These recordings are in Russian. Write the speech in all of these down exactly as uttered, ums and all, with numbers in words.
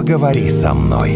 Поговори со мной.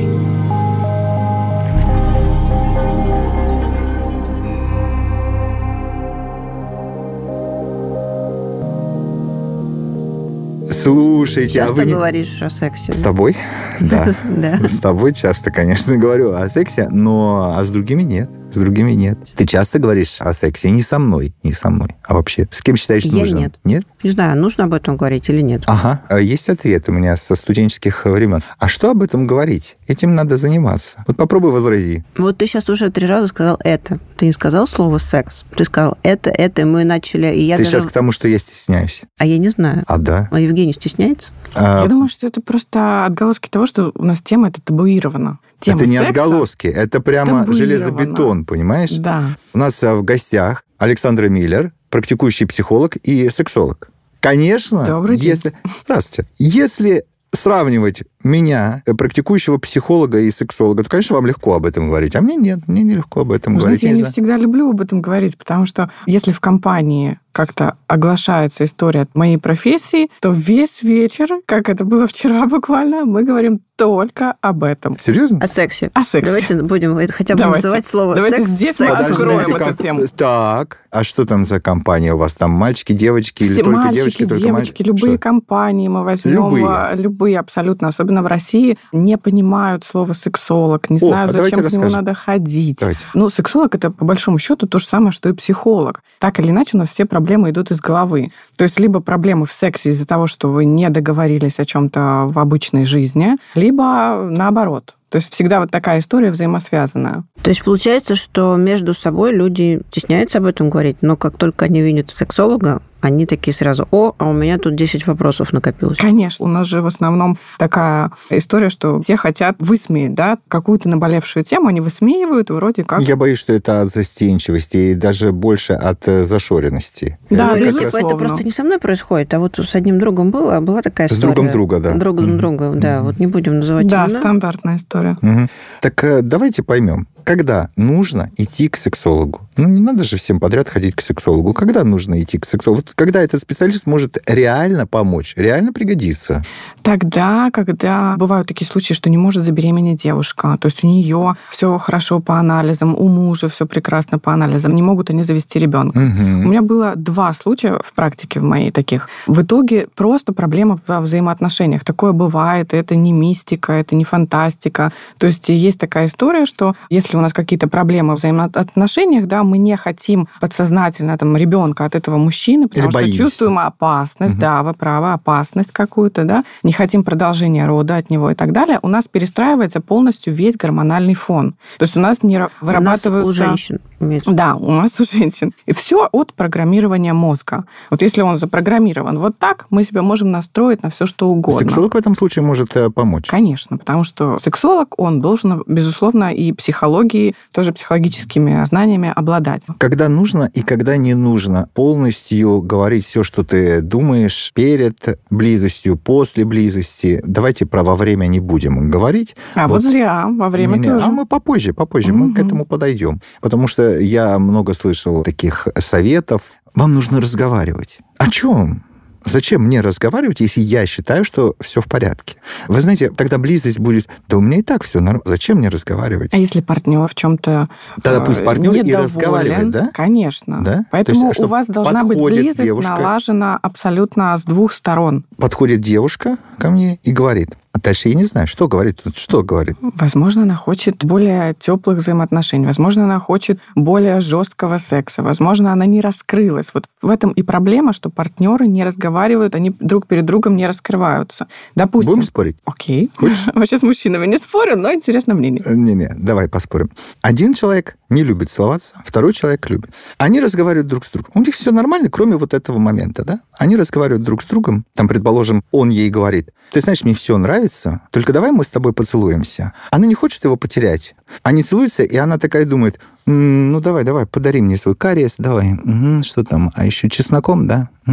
Слушайте, Часто а вы не... говоришь о сексе? С тобой? Да. Да. С тобой часто, конечно, говорю о сексе, но а с другими нет. С другими нет. Ты часто говоришь о сексе? Не со мной, не со мной, а вообще. С кем считаешь Я нужным? нет. Нет? Не знаю, нужно об этом говорить или нет. Ага. Есть ответ у меня со студенческих времен. А что об этом говорить? Этим надо заниматься. Вот попробуй возрази. Вот ты сейчас уже три раза сказал «это». Ты не сказал слово «секс». Ты сказал «это», «это», и мы начали... И я Ты даже... сейчас к тому, что я стесняюсь. А я не знаю. А да? А Евгений стесняется? А... Я думаю, что это просто отголоски того, что у нас тема это табуирована. Тема это не секса отголоски, это прямо табуирована. железобетон, понимаешь? Да. У нас в гостях Александра Миллер, практикующий психолог и сексолог. Конечно, Добрый день. если... Здравствуйте. Если сравнивать меня, практикующего психолога и сексолога, то, конечно, вам легко об этом говорить. А мне нет, мне нелегко об этом Вы говорить. знаете, я не знаю. всегда люблю об этом говорить, потому что если в компании как-то оглашается история от моей профессии, то весь вечер, как это было вчера буквально, мы говорим только об этом. Серьезно? О сексе. О сексе. Давайте будем хотя бы Давайте. называть слово Давайте секс. здесь секс. мы откроем Подождите, эту тему. Так, а что там за компания у вас? Там мальчики, девочки или Все только мальчики, девочки, только девочки, мальчики? любые Что? компании мы возьмем, Любые. любые абсолютно, особенно в России, не понимают слово сексолог, не О, знают, а зачем давайте к нему расскажем. надо ходить. Давайте. Ну, сексолог это по большому счету то же самое, что и психолог. Так или иначе у нас все проблемы идут из головы. То есть либо проблемы в сексе из-за того, что вы не договорились о чем-то в обычной жизни, либо наоборот. То есть всегда вот такая история взаимосвязанная. То есть получается, что между собой люди стесняются об этом говорить, но как только они видят сексолога, они такие сразу: о, а у меня тут десять вопросов накопилось. Конечно, у нас же в основном такая история, что все хотят высмеять, да, какую-то наболевшую тему, они высмеивают вроде как... Я боюсь, что это от застенчивости и даже больше от э, зашоренности. Да, Это Ну, как Филипп, раз- безусловно. это просто не со мной происходит, а вот с одним другом было, была такая С история. другом друга, да. Другом Мгм. друга, да. Вот не будем называть Да, имена. стандартная история. Мгм. Так э, давайте поймем, когда нужно идти к сексологу? Ну, не надо же всем подряд ходить к сексологу. Когда нужно идти к сексологу? Вот когда этот специалист может реально помочь, реально пригодиться? Тогда, когда бывают такие случаи, что не может забеременеть девушка, то есть у нее все хорошо по анализам, у мужа все прекрасно по анализам, не могут они завести ребенка. Мгм. У меня было два случая в практике в моей таких. В итоге просто проблема во взаимоотношениях. Такое бывает, и это не мистика, это не фантастика. То есть есть такая история, что если у нас какие-то проблемы в взаимоотношениях, да, мы не хотим подсознательно там ребенка от этого мужчины, потому Или что боимся. чувствуем опасность, Мгм. да, вы правы, опасность какую-то, да, не хотим продолжения рода от него и так далее, у нас перестраивается полностью весь гормональный фон. То есть у нас не ра- У нас вырабатываются... у женщин. имеется в виду. Да, у нас у женщин. И все от программирования мозга. Вот если он запрограммирован вот так, мы себя можем настроить на все, что угодно. Сексолог в этом случае может э, помочь. Конечно, потому что сексолог, он должен, безусловно, и психологией, тоже психологическими знаниями обладать. Когда нужно и когда не нужно полностью говорить все, что ты думаешь перед близостью, после близости. Давайте про во время не будем говорить. А вот, вот зря, во время Не-не, тоже. А мы попозже, попозже, мы к Мгм. этому подойдем. Потому что я много слышал таких советов. Вам нужно разговаривать. О чем? Зачем мне разговаривать, если я считаю, что все в порядке? Вы знаете, тогда близость будет, да у меня и так все нормально. Зачем мне разговаривать? А если партнер в чем-то Тогда пусть партнер и недоволен, разговаривает, да? Конечно. Да? Поэтому То есть, у вас должна быть подходит близость девушка- налажена абсолютно с двух сторон. Подходит девушка ко мне и говорит. А дальше я не знаю, что говорит. Тут что говорит? Возможно, она хочет более теплых взаимоотношений. Возможно, она хочет более жесткого секса. Возможно, она не раскрылась. Вот в этом и проблема, что партнеры не разговаривают, они друг перед другом не раскрываются. Допустим. Будем спорить? Окей. Хочешь? Вообще с мужчинами не спорю, но интересно мнение. Не-не, давай поспорим. Один человек не любит целоваться, второй человек любит. Они разговаривают друг с другом. У них все нормально, кроме вот этого момента, да? Они разговаривают друг с другом. Там, предположим, он ей говорит: ты знаешь, мне все нравится, только давай мы с тобой поцелуемся. Она не хочет его потерять. Они целуются, и она такая думает: «М, ну давай, давай, подари мне свой кариес, давай. Угу, что там? А еще чесноком, да? Угу.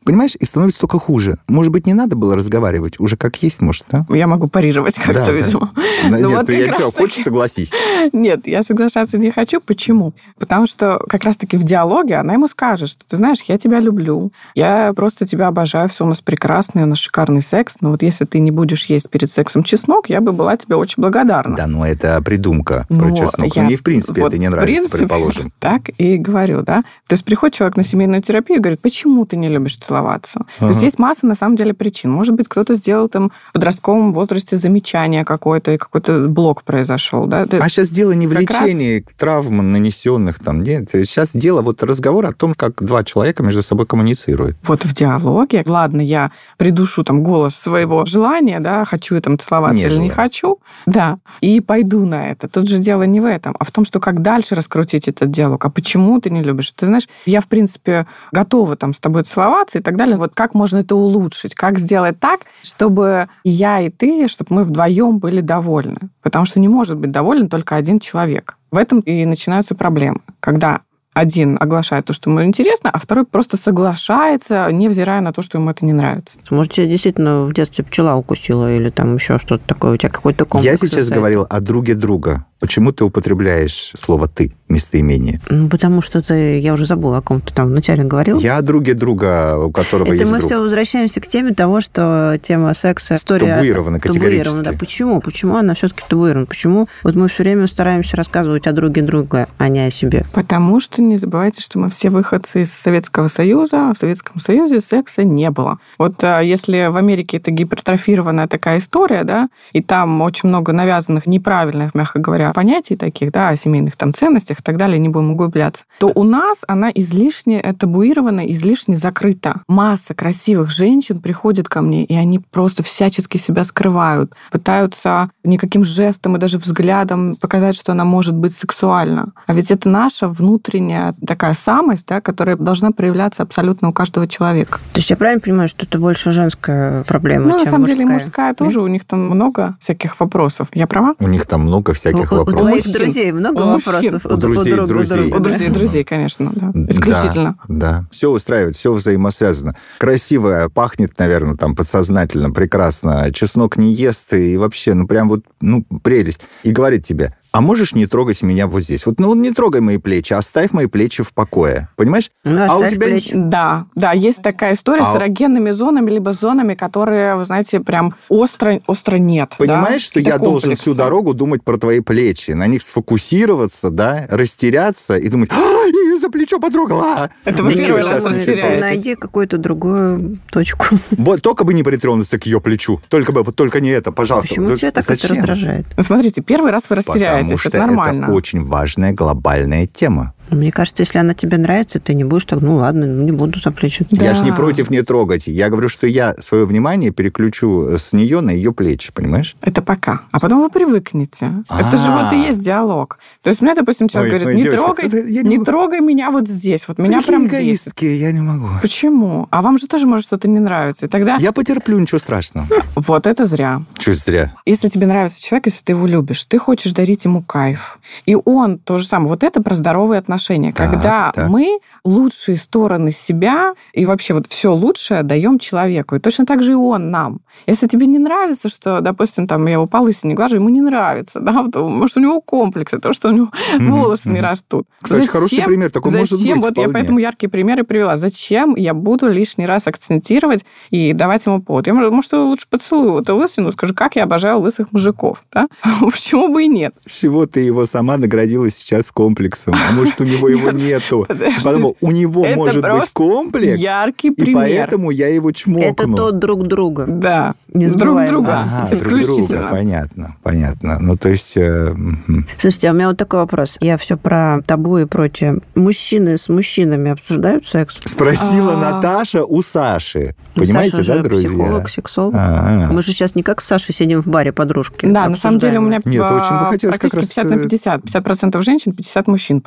Понимаешь? И становится только хуже. Может быть, не надо было разговаривать? Уже как есть, может, да? Я могу парировать как-то, да, видимо. Да. Нет, вот я все, хочешь, согласись. Нет, я соглашаться не хочу. Почему? Потому что как раз-таки в диалоге она ему скажет, что ты знаешь, я тебя люблю, я просто тебя обожаю, все у нас прекрасно, у нас шикарный секс, но вот если ты не будешь есть перед сексом чеснок, я бы была тебе очень благодарна. Да, но это придумка про но чеснок. Я... Мне, в принципе, вот это не нравится, принципе, предположим. Так и говорю, да. То есть приходит человек на семейную терапию и говорит, почему ты не любишь целоваться? Ага. То есть есть масса, на самом деле, причин. Может быть, кто-то сделал там в подростковом возрасте замечание какое-то, и какой-то блок произошел, да. А сейчас дело не в лечении раз... травм, нанесенных там, нет. Сейчас дело вот разговор о том, как два человека между собой коммуницируют. Вот в диалоге, ладно, я придушу там голос своего желания, да, хочу я там целоваться не или желаю. Не хочу, да, и пойду на это. Тут же дело не в этом, а в том, что как дальше раскрутить этот диалог, а почему ты не любишь? Ты знаешь, я, в принципе, готова там с тобой целоваться и так далее. Вот как можно это улучшить? Как сделать так, чтобы я и ты, чтобы мы вдвоем были довольны? Потому что не может быть доволен только один человек. В этом и начинаются проблемы, когда один оглашает то, что ему интересно, а второй просто соглашается, невзирая на то, что ему это не нравится. Может, тебя действительно в детстве пчела укусила или там еще что-то такое, у тебя какой-то комплекс? Я сейчас состоит. говорил о друге друга. Почему ты употребляешь слово «ты» местоимение? Ну, потому что ты, я уже забыла, о ком ты там вначале говорил. Я о друге друга, у которого это есть мы друг. все возвращаемся к теме того, что тема секса, история... Табуирована категорически. Табуирована, да. Почему? Почему она все-таки табуирована? Почему вот мы все время стараемся рассказывать о друге друга, а не о себе? Потому что не забывайте, что мы все выходцы из Советского Союза, а в Советском Союзе секса не было. Вот если в Америке это гипертрофированная такая история, да, и там очень много навязанных неправильных, мягко говоря, понятий таких, да, о семейных там ценностях и так далее, не будем углубляться, то у нас она излишне табуирована, излишне закрыта. Масса красивых женщин приходит ко мне, и они просто всячески себя скрывают, пытаются никаким жестом и даже взглядом показать, что она может быть сексуальна. А ведь это наша внутренняя такая самость, да, которая должна проявляться абсолютно у каждого человека. То есть я правильно понимаю, что это больше женская проблема, ну, чем на самом мужская? деле мужская тоже, у них там много всяких вопросов. Я права? У них там много всяких у, вопросов. У твоих друзей много у вопросов? У друзей, у друг, друзей. У друзей, друзей, конечно, да. Исключительно. Да, да. Все устраивает, все взаимосвязано. Красивая, пахнет, наверное, там подсознательно, прекрасно. Чеснок не ест, и вообще, ну, прям вот, ну, прелесть. И говорит тебе, а можешь не трогать меня вот здесь? Вот, ну, не трогай мои плечи, оставь мои плечи в покое. Понимаешь? Ну, а у тебя... плечи. Да, да, есть такая история а... с эрогенными зонами, либо зонами, которые, вы знаете, прям остро, остро нет. Понимаешь, да? что я комплексы. должен всю дорогу думать про твои плечи, на них сфокусироваться, да, растеряться и думать, а, я ее за плечо потрогала. Это вы первый раз растеряетесь. Найди какую-то другую точку. Вот, только бы не притронуться к ее плечу. Только бы, вот только не это, пожалуйста. Почему тебя так это раздражает? Ну, смотрите, первый раз вы растеряетесь. Потому что это нормально. Это очень важная глобальная тема. Мне кажется, если она тебе нравится, ты не будешь так, ну ладно, не буду за плечи. Да. Я же не против не трогать. Я говорю, что я свое внимание переключу с нее на ее плечи, понимаешь? Это пока. А потом вы привыкнете. А-а-а. Это же вот и есть диалог. То есть мне, допустим, человек ой, говорит, ой, не, девочка, трогай, это, не, не трогай меня вот здесь. Вот меня прям эгоистки, я не могу. Почему? А вам же тоже может что-то не нравиться. И тогда... Я потерплю, ничего страшного. Вот это зря. Чуть зря. Если тебе нравится человек, если ты его любишь, ты хочешь дарить ему кайф. И он то же самое. Вот это про здоровые отношения. Так, когда так. мы лучшие стороны себя и вообще вот все лучшее даем человеку. И точно так же и он нам. Если тебе не нравится, что, допустим, там я его по лысине не глажу, ему не нравится, да, может, у него комплексы, то, что у него mm-hmm. волосы mm-hmm. не растут. Кстати, зачем, хороший пример, такой зачем, может быть вот вполне. Я поэтому яркие примеры привела. Зачем я буду лишний раз акцентировать и давать ему повод? Я, может, его лучше поцелую вот эту лысину, скажу, как я обожаю лысых мужиков, да? Почему бы и нет? С чего ты его сама наградила сейчас комплексом? А может, у него его нету? Потому у него может быть комплекс, яркий пример. И поэтому я его чмокну. Это тот друг друга. Да. Не друг друга. Ага, друг друга. Понятно, понятно. Ну, то есть... Э, Слушайте, а у меня вот такой вопрос. Я все про табу и прочее. Мужчины с мужчинами обсуждают секс? Спросила А-а-а. Наташа у Саши. Ну, понимаете, Саша да, друзья? Психолог, сексолог. А-а-а. Мы же сейчас не как с Сашей сидим в баре подружки. Да, на самом деле у меня Нет, очень бы хотелось практически как раз... пятьдесят на пятьдесят. пятьдесят процентов женщин, пятьдесят мужчин. Поэтому вопрос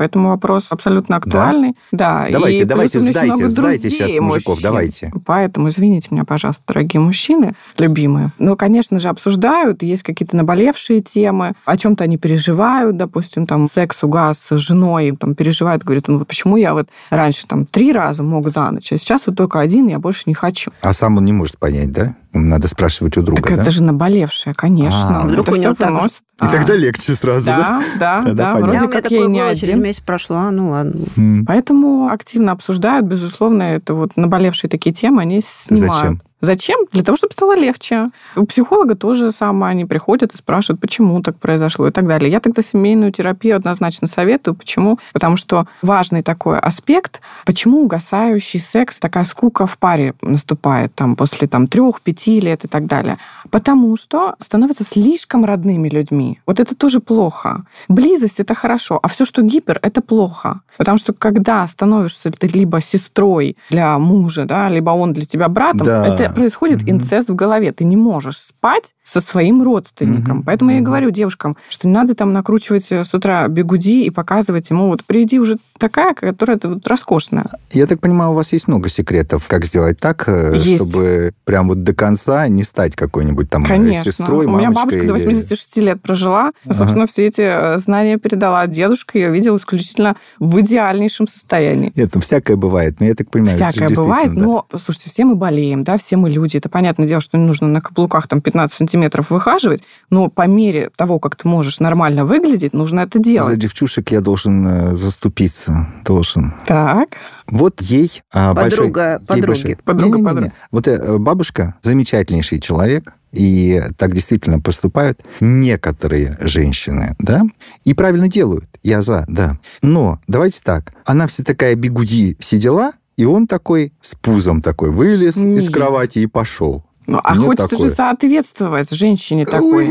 вопрос абсолютно актуальный. Да. Да. Давайте, и давайте, сдайте, сдайте сейчас мужиков, мужчин. давайте. Поэтому извините меня, пожалуйста, дорогие мужчины, любимые. Но, конечно же, обсуждают, есть какие-то наболевшие темы, о чем-то они переживают, допустим, там, секс, угас с женой, там, переживают, говорят, ну, почему я вот раньше там три раза мог за ночь, а сейчас вот только один, я больше не хочу. А сам он не может понять, да? Надо спрашивать у друга, так да? это же наболевшее, конечно. А, вдруг это у него все выносит. И а. тогда легче сразу, да? Да, да, да. Я, Вроде у меня как такое я не было, через один. месяц прошло, а, ну ладно. М. Поэтому активно обсуждают, безусловно, это вот наболевшие такие темы, они снимают. Зачем? Зачем? Для того, чтобы стало легче. У психолога тоже самое. Они приходят и спрашивают, почему так произошло и так далее. Я тогда семейную терапию однозначно советую. Почему? Потому что важный такой аспект, почему угасающий секс, такая скука в паре наступает там, после там, трех-пяти лет и так далее. Потому что становятся слишком родными людьми. Вот это тоже плохо. Близость – это хорошо, а все, что гипер – это плохо. Потому что когда становишься ты либо сестрой для мужа, да, либо он для тебя братом, да. это происходит угу. инцест в голове. Ты не можешь спать со своим родственником. Угу. Поэтому угу. я и говорю девушкам, что не надо там накручивать с утра бигуди и показывать ему, вот приди уже такая, которая вот роскошная. Я так понимаю, у вас есть много секретов, как сделать так, есть. Чтобы прям вот до конца не стать какой-нибудь там Конечно. Сестрой, мамочкой. У меня бабушка или... до восьмидесяти шести лет прожила, ага. собственно, все эти знания передала. Дедушка я видел исключительно в идеальнейшем состоянии. Нет, ну всякое бывает, но я так понимаю, всякое бывает, да. Но, слушайте, все мы болеем, да, все мы люди. Это понятное дело, что не нужно на каблуках там пятнадцать сантиметров выхаживать, но по мере того, как ты можешь нормально выглядеть, нужно это делать. За девчушек я должен заступиться, должен. Так. Вот ей... Подруга, большой, подруги. Ей большой... Подруга, не, не, не, подруга. не. Вот бабушка замечательнейший человек, и так действительно поступают некоторые женщины, да, и правильно делают. Я за, да. Но давайте так. Она вся такая бигуди, все дела, и он такой с пузом такой вылез Нет. из кровати и пошел. Ну, а Нет хочется такое. же соответствовать женщине такой.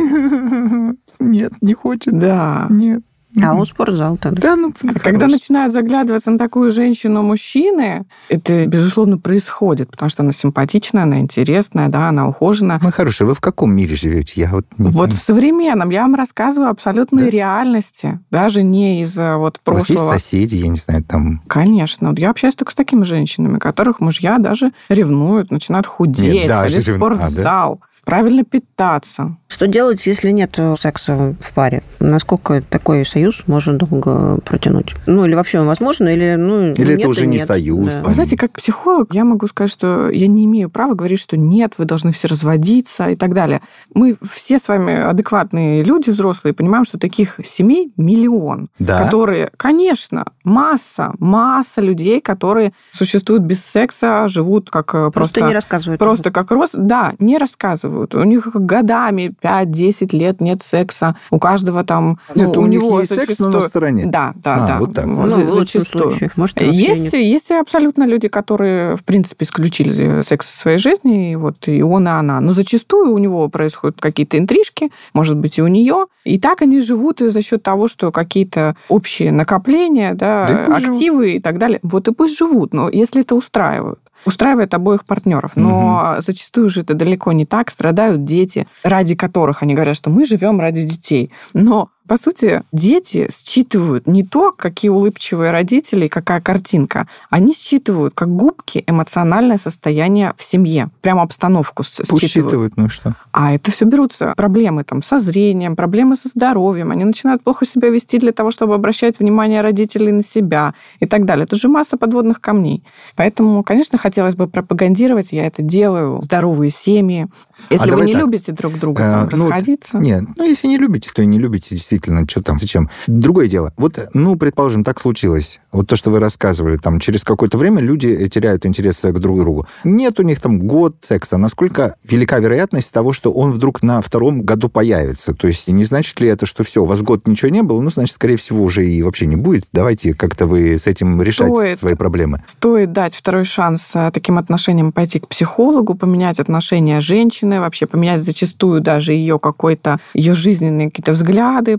Нет, не хочет. Да. Нет. А он спортзал тогда. Да, ну, а когда начинают заглядываться на такую женщину мужчины, это, безусловно, происходит, потому что она симпатичная, она интересная, да, она ухоженная. Мой хороший, вы в каком мире живете? Я вот не вот понимаю. В современном. Я вам рассказываю абсолютные да? реальности, даже не из вот прошлого. У вас есть соседи, я не знаю, там... Конечно. Я общаюсь только с такими женщинами, которых мужья даже ревнуют, начинают худеть, Нет, ходить в рев... спортзал. А, да? Правильно питаться. Что делать, если нет секса в паре? Насколько такой союз может долго протянуть? Ну, или вообще он возможно, или... Ну, или нет, это уже не нет. союз. Да. Вы знаете, как психолог, я могу сказать, что я не имею права говорить, что нет, вы должны все разводиться и так далее. Мы все с вами адекватные люди, взрослые, понимаем, что таких семей миллион, да? которые, конечно, масса, масса людей, которые существуют без секса, живут как просто... Просто не рассказывают. Просто как рост... Да, не рассказывают. У них годами пять-десять лет нет секса. У каждого там... Нет, ну, у, у них него есть зачастую... секс, но на стороне. Да, да, а, да. Вот так. Ну, За, в лучшем случае. Может, есть, есть абсолютно люди, которые, в принципе, исключили секс из своей жизни, и вот и он, и она. Но зачастую у него происходят какие-то интрижки, может быть, и у нее. И так они живут за счет того, что какие-то общие накопления, да, да активы живут. И так далее. Вот и пусть живут, но если это устраивает. Устраивает обоих партнеров. Но угу. зачастую же это далеко не так. Страдают дети, ради которых они говорят, что мы живем ради детей. Но по сути, дети считывают не то, какие улыбчивые родители, какая картинка. Они считывают, как губки, эмоциональное состояние в семье. Прямо обстановку считывают. Пусть считывают, ну и что? А это все берутся проблемы там, со зрением, проблемы со здоровьем. Они начинают плохо себя вести для того, чтобы обращать внимание родителей на себя и так далее. Это же масса подводных камней. Поэтому, конечно, хотелось бы пропагандировать, я это делаю, здоровые семьи. Если а вы не так. любите друг друга, там, а, расходиться. Ну, нет, ну если не любите, то и не любите, действительно. Что там, зачем? Другое дело. Вот, ну, предположим, так случилось. Вот то, что вы рассказывали, там, через какое-то время люди теряют интерес к друг другу. Нет у них там год секса. Насколько велика вероятность того, что он вдруг на втором году появится? То есть не значит ли это, что все, у вас год ничего не было? Ну, значит, скорее всего, уже и вообще не будет. Давайте как-то вы с этим решать стоит, свои проблемы. Стоит дать второй шанс таким отношениям, пойти к психологу, поменять отношения женщины, вообще поменять зачастую даже ее какой-то, ее жизненные какие-то взгляды,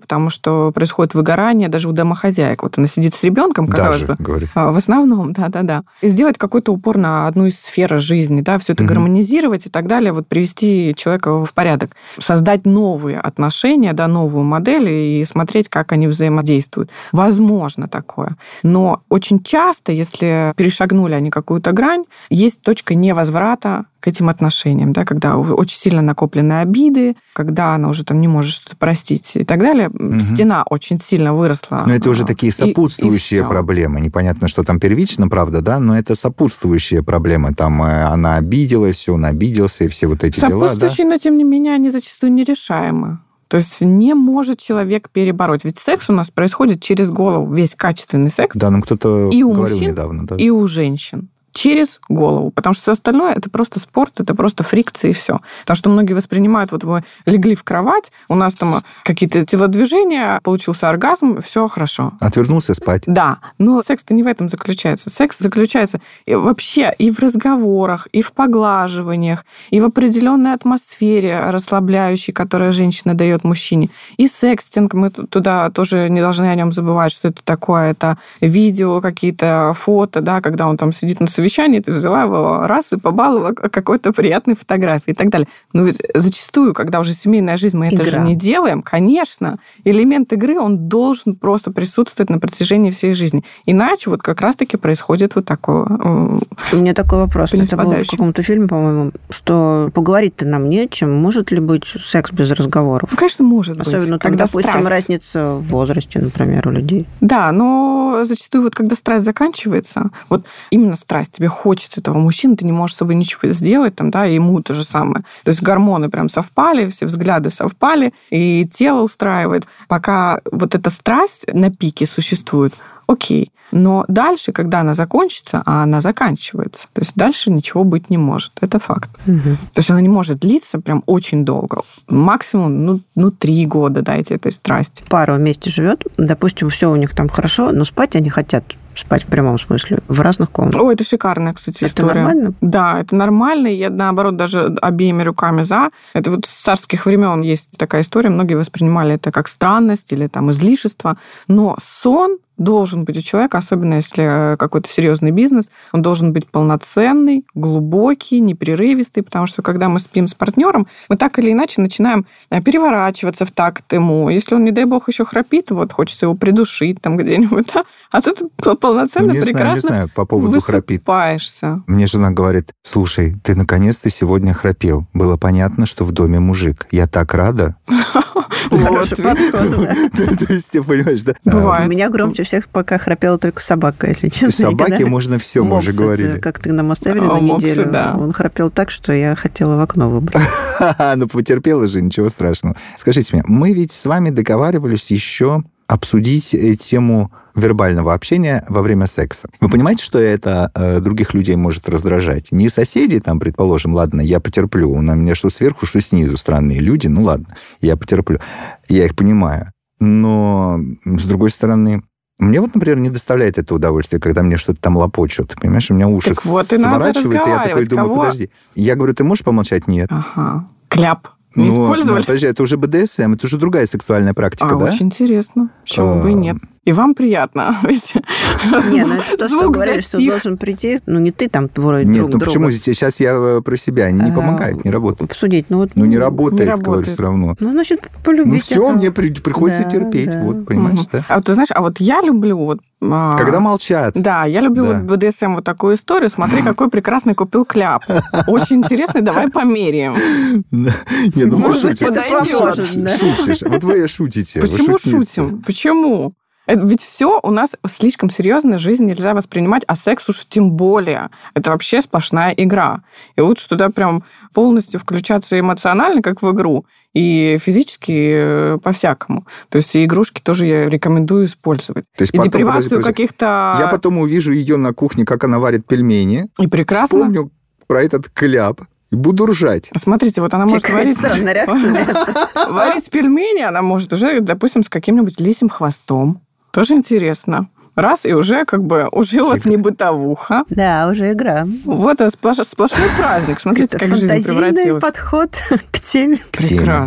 потому что происходит выгорание даже у домохозяек. Вот она сидит с ребенком, казалось даже, бы. Говорит. В основном, да-да-да. И сделать какой-то упор на одну из сфер жизни, да, все это угу. гармонизировать и так далее, вот привести человека в порядок. Создать новые отношения, да, новую модель и смотреть, как они взаимодействуют. Возможно такое. Но очень часто, если перешагнули они какую-то грань, есть точка невозврата к этим отношениям, да, когда очень сильно накоплены обиды, когда она уже там не может что-то простить и так далее. Угу. Стена очень сильно выросла. Но это уже такие сопутствующие и, и проблемы. Непонятно, что там первично, правда, да, но это сопутствующие проблемы. Там она обиделась, он обиделся, и все вот эти дела. Сопутствующие, да? Но тем не менее, они зачастую нерешаемы. То есть не может человек перебороть. Ведь секс у нас происходит через голову. Весь качественный секс. Да, нам кто-то и у говорил мужчин, недавно. Да. И у женщин. Через голову. Потому что все остальное это просто спорт, это просто фрикции и все. Потому что многие воспринимают, вот мы легли в кровать, у нас там какие-то телодвижения, получился оргазм, все хорошо. Отвернулся спать. Да, но секс-то не в этом заключается. Секс заключается и вообще и в разговорах, и в поглаживаниях, и в определенной атмосфере расслабляющей, которую женщина дает мужчине. И секстинг, мы туда тоже не должны о нем забывать, что это такое. Это видео, какие-то фото, да, когда он там сидит на совещании, ты взяла его раз и побаловала какой-то приятной фотографией и так далее. Но ведь зачастую, когда уже семейная жизнь, мы Игра. это же не делаем, конечно, элемент игры, он должен просто присутствовать на протяжении всей жизни. Иначе вот как раз-таки происходит вот такое. У меня такой вопрос. Это было в каком-то фильме, по-моему, что поговорить-то нам не о чем. Может ли быть секс без разговоров? Ну, конечно, может Особенно, быть. Особенно, там, допустим, страсть. разница в возрасте, например, у людей. Да, но зачастую вот когда страсть заканчивается, вот именно страсть, тебе хочется этого мужчины, ты не можешь с собой ничего сделать, там, да, и ему то же самое. То есть гормоны прям совпали, все взгляды совпали, и тело устраивает. Пока вот эта страсть на пике существует, окей. Но дальше, когда она закончится, а она заканчивается, то есть дальше ничего быть не может. Это факт. Угу. То есть она не может длиться прям очень долго. Максимум, ну, ну три года дайте этой страсти. Пара вместе живет, допустим, все у них там хорошо, но спать они хотят. Спать в прямом смысле, в разных комнатах. Ой, это шикарная, кстати, это история. Это нормально? Да, это нормально. Я, наоборот, даже обеими руками за. Это вот с царских времен есть такая история. Многие воспринимали это как странность или там излишество. Но сон должен быть у человека, особенно если какой-то серьезный бизнес, он должен быть полноценный, глубокий, непрерывистый, потому что когда мы спим с партнером, мы так или иначе начинаем переворачиваться в такт ему. Если он, не дай бог, еще храпит, вот хочется его придушить там где-нибудь, да? А тут полноценно, ну, не прекрасно знаю, не знаю, по поводу храпит. Высыпаешься. Мне жена говорит: слушай, ты наконец-то сегодня храпел. Было понятно, что в доме мужик. Я так рада. Хороший подход, да. То есть, ты понимаешь, да? Бывает. У меня громче всех пока храпела только собака, если честно. Собаке можно все, мы уже говорили. Как ты нам оставили на неделю. Он храпел так, что я хотела в окно выбрать. Ну, потерпела же, ничего страшного. Скажите мне, мы ведь с вами договаривались еще обсудить тему вербального общения во время секса. Вы понимаете, что это э, других людей может раздражать? Не соседи, там, предположим, ладно, я потерплю, у меня что сверху, что снизу странные люди, ну ладно, я потерплю. Я их понимаю. Но, с другой стороны, мне вот, например, не доставляет это удовольствие, когда мне что-то там лопочут. Понимаешь, у меня уши так вот сворачиваются, я такой думаю, кого? подожди. Я говорю, ты можешь помолчать? Нет. Ага. Кляп. Не ну, использовали? Ну, подожди, это уже бэ дэ эс эм, это уже другая сексуальная практика, а, да? Очень интересно. Почему бы и нет? И вам приятно. Не, ну это то, что говорили, что должен прийти, ну не ты там твой друг Нет, ну почему? Сейчас я про себя, они не помогают, не работают. Обсудить, ну вот... Ну не работает, говорю, все равно. Ну, значит, полюбить. Ну все, мне приходится терпеть, вот, понимаешь, да? А ты знаешь, а вот я люблю вот... Когда молчат. Да, я люблю вот бэ дэ эс эм вот такую историю. Смотри, какой прекрасный купил кляп. Очень интересный, давай померяем. Нет, ну вы шутите. Шутишь. Вот вы шутите. Почему шутим? Почему? Ведь все у нас слишком серьезно, жизнь нельзя воспринимать, а секс уж тем более. Это вообще сплошная игра. И лучше туда прям полностью включаться эмоционально, как в игру, и физически по-всякому. То есть и игрушки тоже я рекомендую использовать. То есть и потом, депривацию каких-то... Я потом увижу ее на кухне, как она варит пельмени. И прекрасно. Вспомню про этот кляп. И буду ржать. Смотрите, вот она может варить... Варить пельмени она может уже, допустим, с каким-нибудь лисьим хвостом. Тоже интересно. Раз, и уже как бы, уже у вас не бытовуха. Да, уже игра. Вот сплош, сплошной праздник. Смотрите, как жизнь превратилась. Подход к теме. Прекрасно.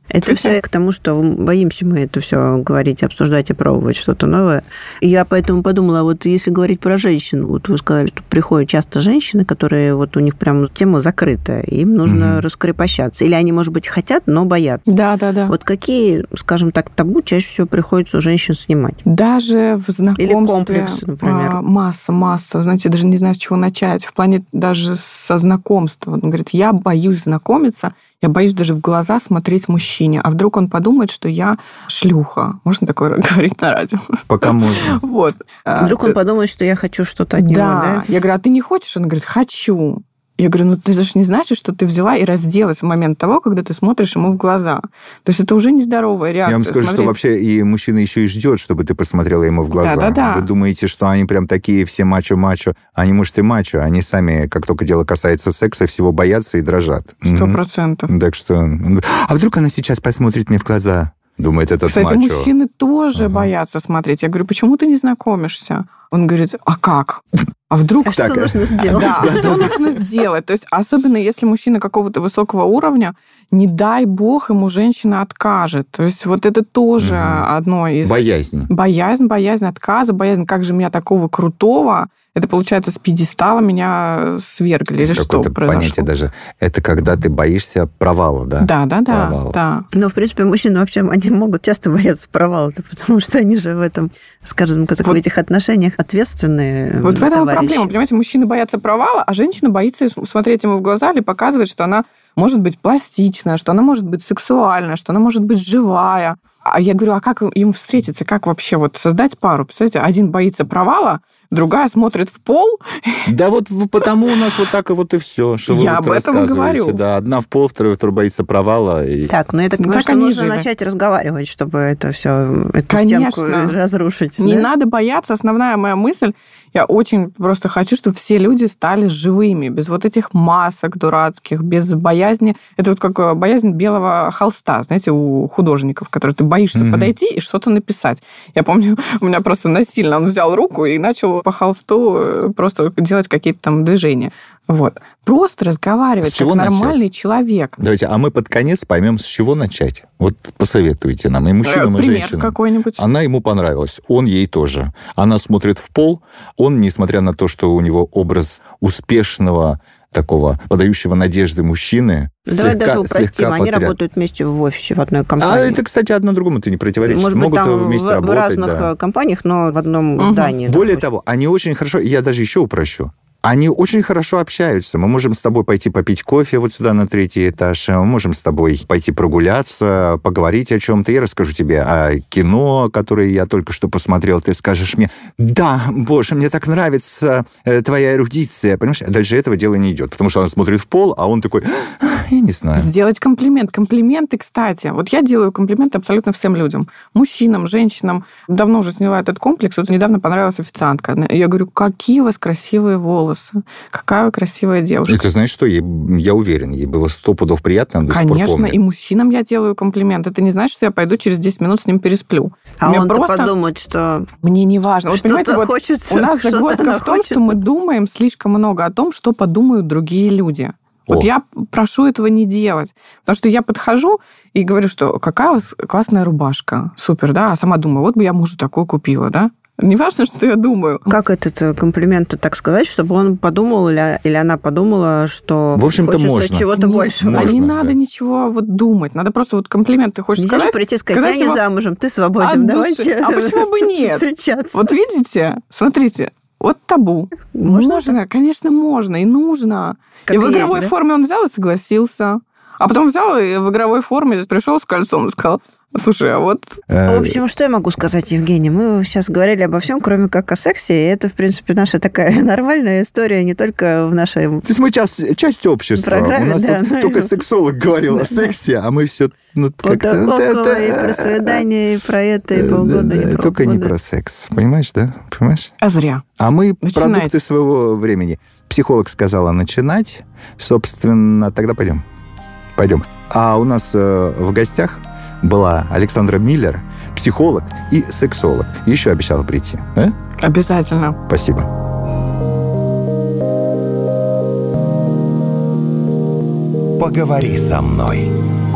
Это все к тому, что боимся мы это все говорить, обсуждать и пробовать что-то новое. И я поэтому подумала, вот если говорить про женщин, вот вы сказали, что приходят часто женщины, которые вот у них прям тема закрытая, им нужно mm-hmm. раскрепощаться. Или они, может быть, хотят, но боятся. Да, да, да. Вот какие, скажем так, табу чаще всего приходится у женщин снимать? Даже в знакомстве. Или комплексы, например. Масса, масса. Знаете, даже не знаю, с чего начать. В плане даже со знакомства. Он говорит, я боюсь знакомиться, я боюсь даже в глаза смотреть мужчине. А вдруг он подумает, что я шлюха. Можно такое говорить на радио? Пока можно. Вот. Вдруг он подумает, что я хочу что-то от него, да? Я говорю, а ты не хочешь? Он говорит, хочу. Я говорю, ну ты же не значит, что ты взяла и разделась в момент того, когда ты смотришь ему в глаза. То есть это уже нездоровая реакция. Я вам скажу, смотреть. Что вообще и мужчина еще и ждет, чтобы ты посмотрела ему в глаза. Да, да, да. Вы думаете, что они прям такие все мачо-мачо. Они, может, и мачо. Они сами, как только дело касается секса, всего боятся и дрожат. Сто процентов. Так что... А вдруг она сейчас посмотрит мне в глаза? Думает этот Кстати, мачо. Кстати, мужчины тоже ага. боятся смотреть. Я говорю, почему ты не знакомишься? Он говорит, а как? А вдруг... А что нужно сделать? Да, что нужно сделать? То есть, особенно если мужчина какого-то высокого уровня, не дай бог ему женщина откажет. То есть, вот это тоже угу. одно из... Боязнь. Боязнь, боязнь отказа, боязнь, как же меня такого крутого... Это, получается, с пьедестала меня свергли. Или что произошло? Понятие даже. Это когда ты боишься провала, да? Да, да, да. да. Ну, в принципе, мужчины вообще, они могут часто бояться провала, потому что они же в этом, скажем, как вот, в этих отношениях ответственные Вот товарищи. В этом проблема. Понимаете, мужчины боятся провала, а женщина боится смотреть ему в глаза или показывать, что она может быть пластичная, что она может быть сексуальная, что она может быть живая. А я говорю, а как им встретиться? Как вообще вот создать пару? Представляете, один боится провала, другая смотрит в пол. Да вот потому у нас вот так и вот и все, что вы я вот об этом говорю. Да, одна в пол, вторая, вторая боится провала. И... Так, ну я так понимаю, что нужно жили. начать разговаривать, чтобы это все, эту Конечно. стенку разрушить. Не да? надо бояться. Основная моя мысль, я очень просто хочу, чтобы все люди стали живыми, без вот этих масок дурацких, без боязни. Это вот как боязнь белого холста, знаете, у художников, которые ты боишься mm-hmm. подойти и что-то написать. Я помню, у меня просто насильно он взял руку и начал по холсту просто делать какие-то там движения. Вот. Просто разговаривать как нормальный начать? человек. Давайте, а мы под конец поймем, с чего начать. Вот посоветуйте нам, и мужчинам, Пример и женщинам. какой-нибудь. Она ему понравилась, он ей тоже. Она смотрит в пол, он, несмотря на то, что у него образ успешного, такого подающего надежды мужчины. Давай слегка, даже упростим, они потеря... работают вместе в офисе, в одной компании. А это, кстати, одно другому-то не противоречит. Может Могут быть, там вместе в, работать. в разных да. компаниях, но в одном угу. здании. Более допустим. того, они очень хорошо, я даже еще упрощу, они очень хорошо общаются. Мы можем с тобой пойти попить кофе вот сюда на третий этаж. Мы можем с тобой пойти прогуляться, поговорить о чем-то. Я расскажу тебе о кино, которое я только что посмотрел. Ты скажешь мне, да, боже, мне так нравится твоя эрудиция. Понимаешь? Дальше этого дела не идет. Потому что она смотрит в пол, а он такой, я не знаю. Сделать комплимент. Комплименты, кстати. Вот я делаю комплименты абсолютно всем людям. Мужчинам, женщинам. Давно уже сняла этот комплекс. Вот недавно понравилась официантка. Я говорю, какие у вас красивые волосы. Какая вы красивая девушка. И ты знаешь что? Ей, я уверен, ей было сто пудов приятно, она до сих пор помнит. Конечно, и мужчинам я делаю комплимент. Это не значит, что я пойду через десять минут с ним пересплю. А он просто подумает, что... Мне не важно. Вот, понимаете, вот хочется, у нас загвоздка в том, хочет. что мы думаем слишком много о том, что подумают другие люди. Вот О. я прошу этого не делать. Потому что я подхожу и говорю, что какая у вас классная рубашка. Супер, да? А сама думаю, вот бы я мужу такую купила, да? Не важно, что я думаю. Как этот комплимент так сказать, чтобы он подумал или, или она подумала, что в общем-то, хочется можно. чего-то большего. А не да. надо ничего вот думать. Надо просто вот комплимент ты хочешь Нельзя сказать. Нельзя прийти сказать, я не его... замужем, ты свободен, давайте А почему бы нет? встречаться. Вот видите, смотрите, вот табу. Можно? Можно, конечно, можно и нужно. Как и в игровой есть, да? форме он взял и согласился. А потом взял и в игровой форме пришел с кольцом и сказал, слушай, а вот... В общем, что я могу сказать, Евгений? Мы сейчас говорили обо всем, кроме как о сексе, и это, в принципе, наша такая нормальная история, не только в нашей... То есть мы часть, часть общества. Программе, У нас да, вот ну... только сексолог говорил о сексе, а мы все... Ну, как-то... Около, и про свидание, и про это, и полгода, да, и про Только полгода. не про секс, понимаешь, да? Понимаешь? А зря. А мы Начинайте. Продукты своего времени. Психолог сказала начинать, собственно, тогда пойдем. Пойдем. А у нас э, в гостях была Александра Миллер, психолог и сексолог. Еще обещала прийти, да? Обязательно. Спасибо. Поговори со мной.